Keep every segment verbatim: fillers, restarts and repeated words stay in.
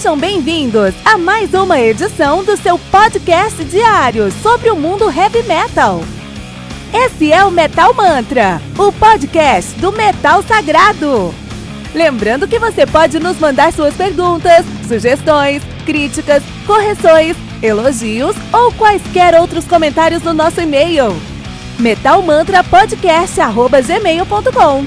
Sejam bem-vindos a mais uma edição do seu podcast diário sobre o mundo heavy metal. Esse é o Metal Mantra, o podcast do metal sagrado. Lembrando que você pode nos mandar suas perguntas, sugestões, críticas, correções, elogios ou quaisquer outros comentários no nosso e-mail metalmantrapodcast arroba gmail ponto com.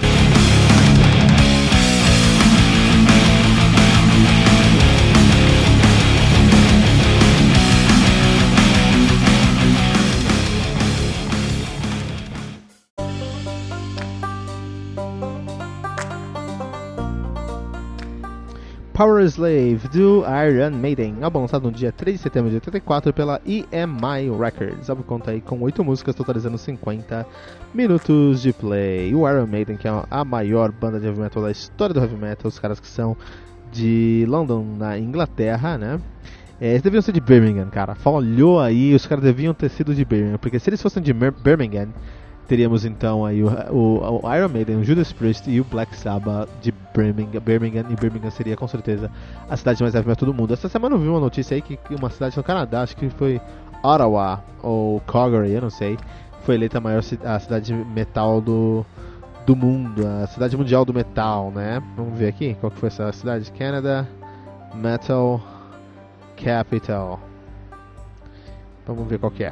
Powerslave, do Iron Maiden, álbum lançado no dia três de setembro de oitenta e quatro pela E M I Records. O álbum conta aí com oito músicas, totalizando cinquenta minutos de play. O Iron Maiden, que é a maior banda de heavy metal da história do heavy metal, os caras que são de London, na Inglaterra, né? É, eles deviam ser de Birmingham, cara. Falhou aí, os caras deviam ter sido de Birmingham, porque se eles fossem de Birmingham, teríamos então aí o, o, o Iron Maiden, o Judas Priest e o Black Sabbath de Birmingham, Birmingham, e Birmingham seria com certeza a cidade mais heavy metal do mundo. Essa semana eu vi uma notícia aí que uma cidade no Canadá, acho que foi Ottawa ou Calgary, eu não sei, foi eleita a maior a cidade metal do, do mundo, a cidade mundial do metal, né? Vamos ver aqui, qual que foi essa cidade? Canada Metal Capital. Vamos ver qual que é.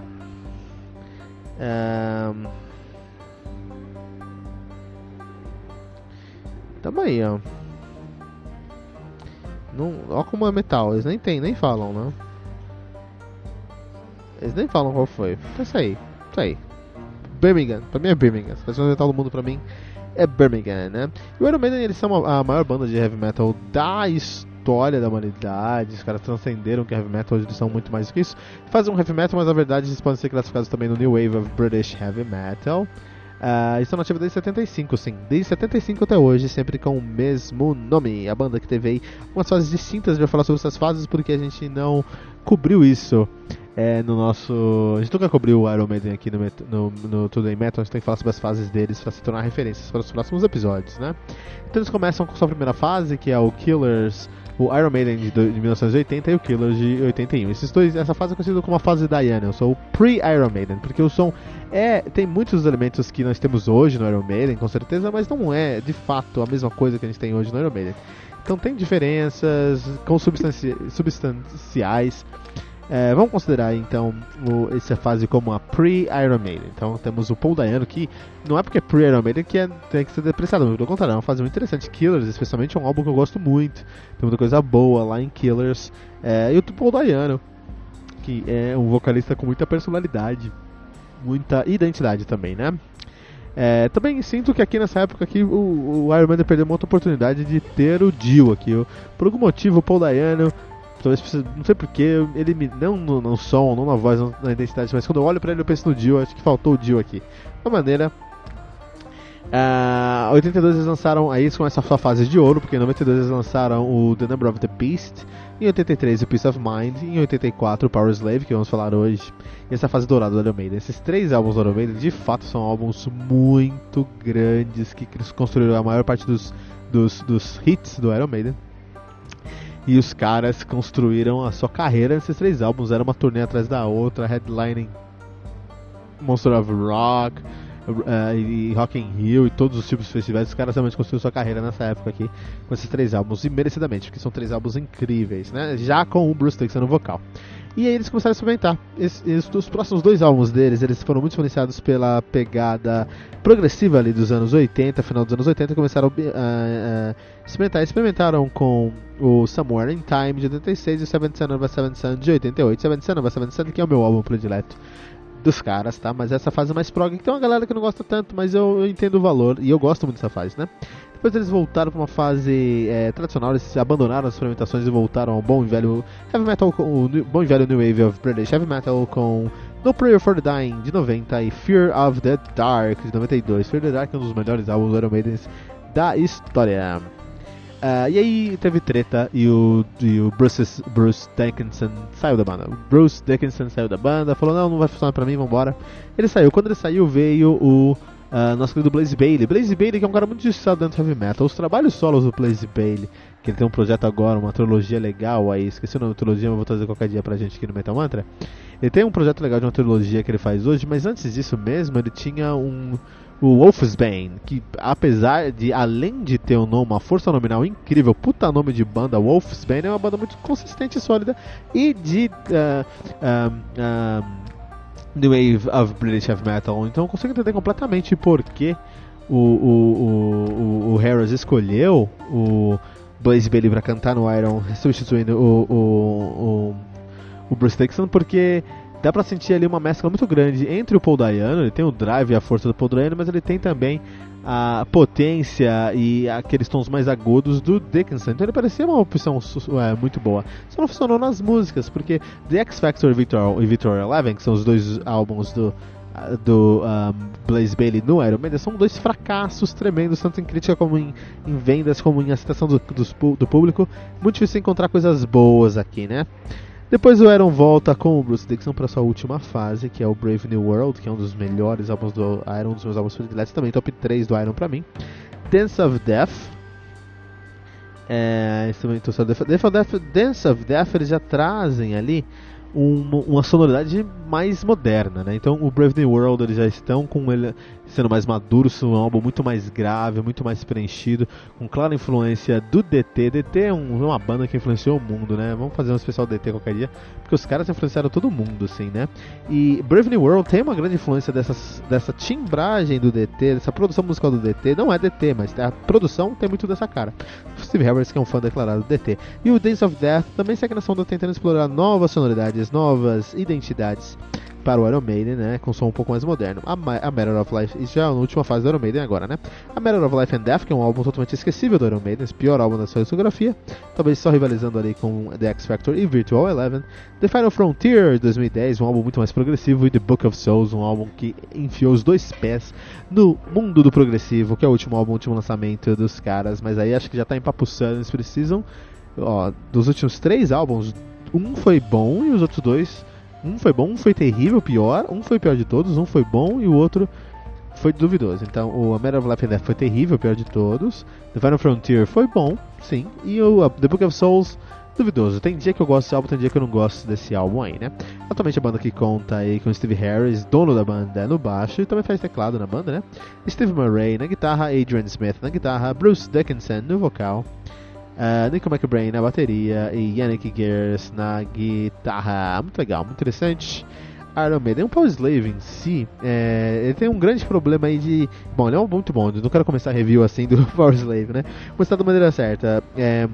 Um... Tamo aí, ó. Não, ó como é metal, eles nem tem, nem falam, né? Eles nem falam qual foi. Então é isso aí, isso aí. Birmingham, pra mim é Birmingham. Se o metal do mundo pra mim é Birmingham, né? E o Iron Maiden, eles são a maior banda de heavy metal da história da humanidade. Os caras transcenderam que heavy metal, eles são muito mais do que isso. Fazem um heavy metal, mas na verdade eles podem ser classificados também no New Wave of British Heavy Metal. Uh, estão nativos desde setenta e cinco, sim. Desde setenta e cinco até hoje, sempre com o mesmo nome. A banda que teve aí umas fases distintas. A gente vai falar sobre essas fases porque a gente não cobriu isso é, no nosso... A gente nunca cobriu o Iron Maiden aqui no, no, no Today Metal. A gente tem que falar sobre as fases deles para se tornar referências para os próximos episódios, né? Então eles começam com sua primeira fase, que é o Killers, o Iron Maiden de, de mil novecentos e oitenta e o Killers de oitenta e um. Esses dois, essa fase é conhecida como a fase Diana. Eu sou o pre-Iron Maiden, porque o som é, tem muitos elementos que nós temos hoje no Iron Maiden, com certeza, mas não é de fato a mesma coisa que a gente tem hoje no Iron Maiden. Então tem diferenças com substanci substanciais. É, vamos considerar então o, essa fase como a pre-Iron Maiden. Então temos o Paul Dayano, que não é porque é pre-Iron Maiden que é, tem que ser depreciado, pelo contrário, é uma fase muito interessante. Killers, especialmente, é um álbum que eu gosto muito, tem muita coisa boa lá em Killers. É, e o Paul Dayano, que é um vocalista com muita personalidade, muita identidade também, né? É, também sinto que aqui nessa época aqui, o, o Iron Maiden perdeu uma outra oportunidade de ter o Dio aqui. Eu, por algum motivo o Paul Dayano, talvez, não sei porquê, ele me, não no, no som, não na voz, não na identidade, mas quando eu olho pra ele eu penso no Dio, acho que faltou o Dio aqui. De uma maneira, em uh, oitenta e dois eles lançaram, aí com essa sua fase de ouro, porque em noventa e dois eles lançaram o The Number of the Beast, em oitenta e três o Peace of Mind, e em oitenta e quatro o Powerslave, que vamos falar hoje, e essa fase dourada do Iron Maiden. Esses três álbuns do Iron Maiden, de fato, são álbuns muito grandes, que construíram a maior parte dos, dos, dos hits do Iron Maiden. E os caras construíram a sua carreira nesses três álbuns. Era uma turnê atrás da outra, headlining Monster of Rock, uh, e Rock in Rio e todos os tipos de festivais. Os caras realmente construíram sua carreira nessa época aqui com esses três álbuns, e merecidamente, porque são três álbuns incríveis, né? Já com o Bruce Dickinson no vocal. E aí eles começaram a experimentar. Esses, os próximos dois álbuns deles, eles foram muito influenciados pela pegada progressiva ali dos anos oitenta, final dos anos oitenta, e começaram a uh, uh, experimentar. Experimentaram com o Somewhere in Time de oitenta e seis e o Seventh Son of a Seventh Son de oitenta e oito. Seventh Son of a Seventh Son, que é o meu álbum predileto dos caras, tá? Mas essa fase mais prog, que tem uma galera que não gosta tanto, mas eu, eu entendo o valor e eu gosto muito dessa fase, né? Depois eles voltaram para uma fase é, tradicional, eles abandonaram as experimentações e voltaram ao bom e velho heavy metal, com, o bom e velho New Wave of British Heavy Metal, com No Prayer for the Dying de noventa e Fear of the Dark de noventa e dois. Fear of the Dark é um dos melhores álbuns do Iron Maiden da história. Uh, e aí teve treta e o, e o Bruce, Bruce Dickinson saiu da banda. O Bruce Dickinson saiu da banda, falou: não, não vai funcionar pra mim, vambora. Ele saiu. Quando ele saiu, veio o Uh, nosso querido Blaze Bayley. Blaze Bayley, que é um cara muito injustiçado dentro do heavy metal. Os trabalhos solos do Blaze Bayley que ele tem um projeto agora, uma trilogia legal aí, esqueci o nome da trilogia, mas vou trazer qualquer dia pra gente aqui no Metal Mantra. Ele tem um projeto legal de uma trilogia que ele faz hoje, mas antes disso mesmo, ele tinha um... o Wolfsbane, que apesar de, além de ter um nome, uma força nominal incrível, puta nome de banda, Wolfsbane é uma banda muito consistente e sólida, e de uh, um, um, New Wave of British Heavy Metal, então eu consigo entender completamente por que o, o, o, o Harris escolheu o Blaze Bayley pra cantar no Iron, substituindo o, o, o, o Bruce Dickinson, porque dá pra sentir ali uma mescla muito grande entre o Paul Dayano, ele tem o drive e a força do Paul Dayano, mas ele tem também a potência e aqueles tons mais agudos do Dickinson. Então ele parecia uma opção é, muito boa. Só não funcionou nas músicas, porque The X Factor e Victor, e Victor Eleven, que são os dois álbuns do, do um, Blaze Bayley no Iron Maiden, são dois fracassos tremendos, tanto em crítica como em, em vendas, como em aceitação do, do, do público. Muito difícil encontrar coisas boas aqui, né? Depois o Iron volta com o Bruce Dickinson para sua última fase, que é o Brave New World, que é um dos melhores álbuns do Iron, um dos meus álbuns prediletos, também top três do Iron pra mim. Dance of Death, é, instrumento só Dance of Death, Dance of Death, eles já trazem ali uma, uma sonoridade mais moderna, né? Então o Brave New World, eles já estão com ele sendo mais maduros, um álbum muito mais grave, muito mais preenchido, com clara influência do D T. D T é um, uma banda que influenciou o mundo, né? Vamos fazer um especial D T qualquer dia, porque os caras influenciaram todo mundo, assim, né? E Brave New World tem uma grande influência dessas, dessa timbragem do D T, dessa produção musical do D T. Não é D T, mas a produção tem muito dessa cara. Steve Harris, que é um fã declarado do D T. E o Dance of Death também segue na sonda tentando explorar novas sonoridades, novas identidades para o Iron Maiden, né, com um som um pouco mais moderno. A, Ma- a Matter of Life, isso já é a última fase do Iron Maiden agora, né? A Matter of Life and Death, que é um álbum totalmente esquecível do Iron Maiden, esse pior álbum da sua discografia, talvez só rivalizando ali com The X Factor e Virtual Eleven. The Final Frontier, de dois mil e dez, um álbum muito mais progressivo, e The Book of Souls, um álbum que enfiou os dois pés no mundo do progressivo, que é o último álbum, o último lançamento dos caras, mas aí acho que já tá empapuçando, eles precisam, ó, dos últimos três álbuns, um foi bom e os outros dois... Um foi bom, um foi terrível, pior. Um foi o pior de todos, um foi bom e o outro foi duvidoso. Então, o A Matter of Life and Death foi terrível, o pior de todos. The Final Frontier foi bom, sim. E o The Book of Souls, duvidoso. Tem dia que eu gosto desse álbum, tem dia que eu não gosto desse álbum aí, né? Atualmente a banda que conta aí com Steve Harris, dono da banda, no baixo, e também faz teclado na banda, né? Steve Murray na guitarra, Adrian Smith na guitarra, Bruce Dickinson no vocal, Uh, Nico McBrain na bateria e Yannick Gers na guitarra. Muito legal, muito interessante. Iron Maiden, o Power Slave em si, é, ele tem um grande problema aí de... Bom, ele é um muito bom, eu não quero começar a review assim do Power Slave, né? Mas tá da maneira certa. É,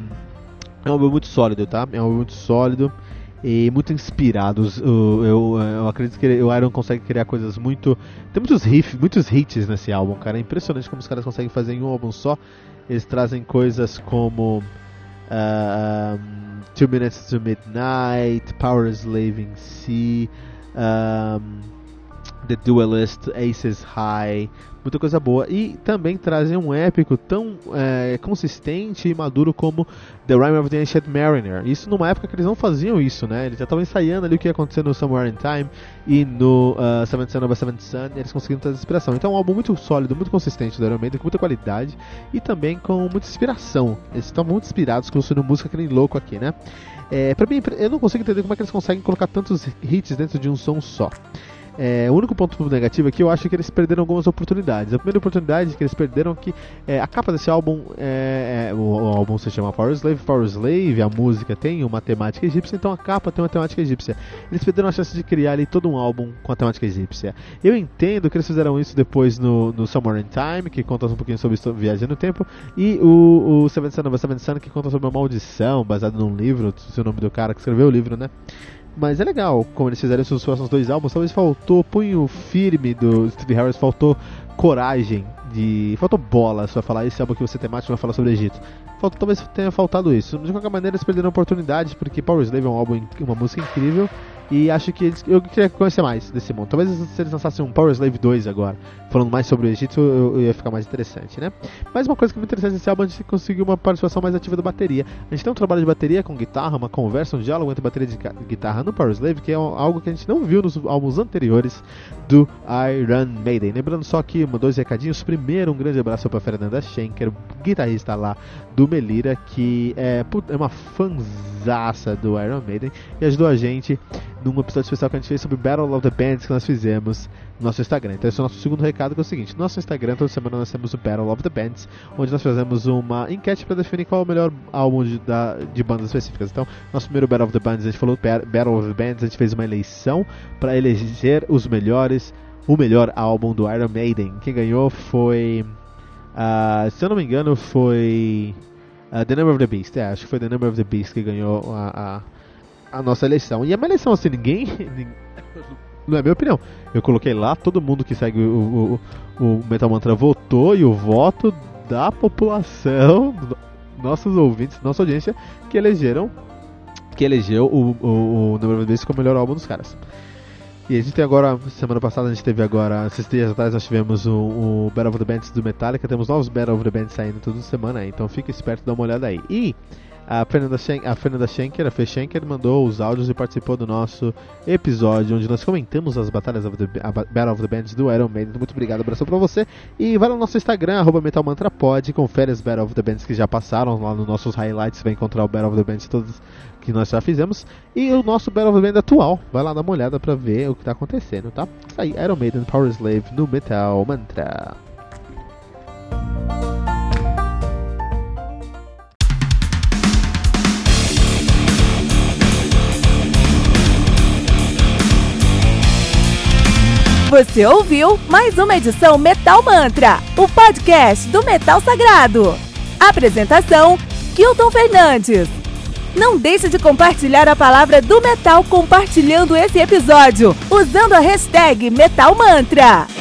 é um álbum muito sólido, tá? É um álbum muito sólido e muito inspirado. Eu, eu, eu acredito que o Iron consegue criar coisas muito... Tem muitos riffs, muitos hits nesse álbum, cara. É impressionante como os caras conseguem fazer em um álbum só. Eles trazem coisas como uh, um, Two Minutes to Midnight, Power Slave em si, um, The Duelist, Aces High, muita coisa boa. E também trazem um épico tão é, consistente e maduro como The Rime of the Ancient Mariner. Isso numa época que eles não faziam isso, né? Eles já estavam ensaiando ali o que ia acontecer no Somewhere in Time e no uh, Seventh Son of a Seventh Son, e eles conseguiram trazer inspiração. Então é um álbum muito sólido, muito consistente do Iron Maiden, com muita qualidade e também com muita inspiração. Eles estão muito inspirados, construindo música que nem louco aqui, né? É, pra mim, eu não consigo entender como é que eles conseguem colocar tantos hits dentro de um som só. É, o único ponto negativo é que eu acho que eles perderam algumas oportunidades. A primeira oportunidade que eles perderam é que é, a capa desse álbum, é, é, o, o álbum se chama Power Slave, Power Slave, a música tem uma temática egípcia, então a capa tem uma temática egípcia. Eles perderam a chance de criar ali todo um álbum com a temática egípcia. Eu entendo que eles fizeram isso depois no, no Somewhere in Time, que conta um pouquinho sobre viagem no tempo, e o, o Seventh Son of a Seventh Son, que conta sobre uma maldição baseado num livro, se o nome do cara que escreveu o livro, né? Mas é legal como eles fizeram isso nos próximos dois álbuns. Talvez faltou punho firme do Steve Harris, faltou coragem, de faltou bola só falar esse álbum que você temático vai falar sobre o Egito. Faltou, talvez tenha faltado isso. De qualquer maneira eles perderam a oportunidade, porque Power Slave é um álbum, uma música incrível E acho que eles, eu queria conhecer mais desse mundo. Talvez se eles lançassem um Power Slave dois agora, falando mais sobre o Egito, eu, eu ia ficar mais interessante, né? Mas uma coisa que me interessa nesse álbum é a gente conseguir uma participação mais ativa da bateria. A gente tem um trabalho de bateria com guitarra, uma conversa, um diálogo entre bateria e guitarra no Power Slave, que é algo que a gente não viu nos álbuns anteriores do Iron Maiden. Lembrando só que dois recadinhos. Primeiro, um grande abraço para Fernanda Schenker, guitarrista lá do Melira, que é, é uma fanzaça do Iron Maiden e ajudou a gente num episódio especial que a gente fez sobre Battle of the Bands que nós fizemos no nosso Instagram. Então esse é o nosso segundo recado, que é o seguinte: no nosso Instagram toda semana nós temos o Battle of the Bands, onde nós fazemos uma enquete para definir qual é o melhor álbum de, da, de bandas específicas. Então, nosso primeiro Battle of the Bands, a gente falou Battle of the Bands, a gente fez uma eleição para eleger os melhores, o melhor álbum do Iron Maiden. Quem ganhou foi, uh, se eu não me engano, foi uh, The Number of the Beast. É, acho que foi The Number of the Beast que ganhou a, a, a nossa eleição. E é uma eleição assim, ninguém... Não é minha opinião. Eu coloquei lá, todo mundo que segue o, o, o Metal Mantra votou, e o voto da população, nossos ouvintes, nossa audiência, que elegeram, que elegeu o, o, o Number of the Beast como o melhor álbum dos caras. E a gente tem agora, semana passada a gente teve agora, esses dias atrás nós tivemos o, o Battle of the Bands do Metallica, temos novos Battle of the Bands saindo toda semana aí, então fica esperto, dá uma olhada aí. E a Fernanda, Schenker, a Fernanda Schenker, a Fê Schenker, mandou os áudios e participou do nosso episódio, onde nós comentamos as batalhas of the, a Battle of the Bands do Iron Maiden. Muito obrigado, abraço pra você. E vai no nosso Instagram, arroba metalmantrapod, confere as Battle of the Bands que já passaram, lá nos nossos highlights você vai encontrar o Battle of the Bands todos que nós já fizemos, e o nosso Battle of the Band atual. Vai lá dar uma olhada pra ver o que tá acontecendo, tá? Isso aí, Iron Maiden, Power Slave no Metal Mantra. Você ouviu mais uma edição Metal Mantra, o podcast do Metal Sagrado. Apresentação, Kilton Fernandes. Não deixe de compartilhar a palavra do metal compartilhando esse episódio, usando a hashtag Metal Mantra.